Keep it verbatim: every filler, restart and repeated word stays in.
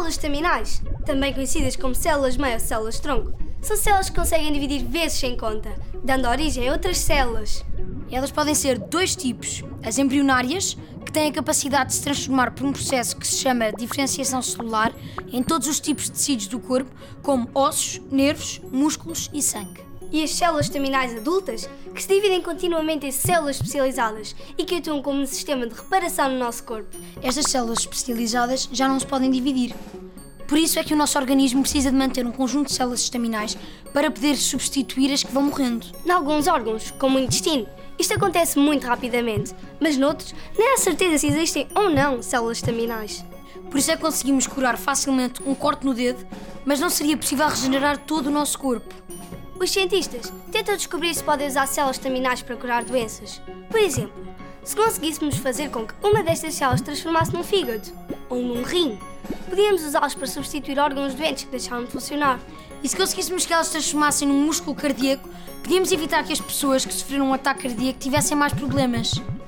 células estaminais, também conhecidas como células-meio ou células-tronco, são células que conseguem dividir vezes sem conta, dando origem a outras células. Elas podem ser de dois tipos: as embrionárias, que têm a capacidade de se transformar por um processo que se chama diferenciação celular em todos os tipos de tecidos do corpo, como ossos, nervos, músculos e sangue. E as células estaminais adultas, que se dividem continuamente em células especializadas e que atuam como um sistema de reparação no nosso corpo. Estas células especializadas já não se podem dividir. Por isso é que o nosso organismo precisa de manter um conjunto de células estaminais para poder substituir as que vão morrendo. Em alguns órgãos, como o intestino, isto acontece muito rapidamente, mas noutros nem há certeza se existem ou não células estaminais. Por isso é que conseguimos curar facilmente um corte no dedo, mas não seria possível regenerar todo o nosso corpo. Os cientistas tentam descobrir se podem usar células estaminais para curar doenças. Por exemplo, se conseguíssemos fazer com que uma destas células transformasse num fígado ou num rim, podíamos usá-las para substituir órgãos doentes que deixaram de funcionar. E se conseguíssemos que elas se transformassem num músculo cardíaco, podíamos evitar que as pessoas que sofreram um ataque cardíaco tivessem mais problemas.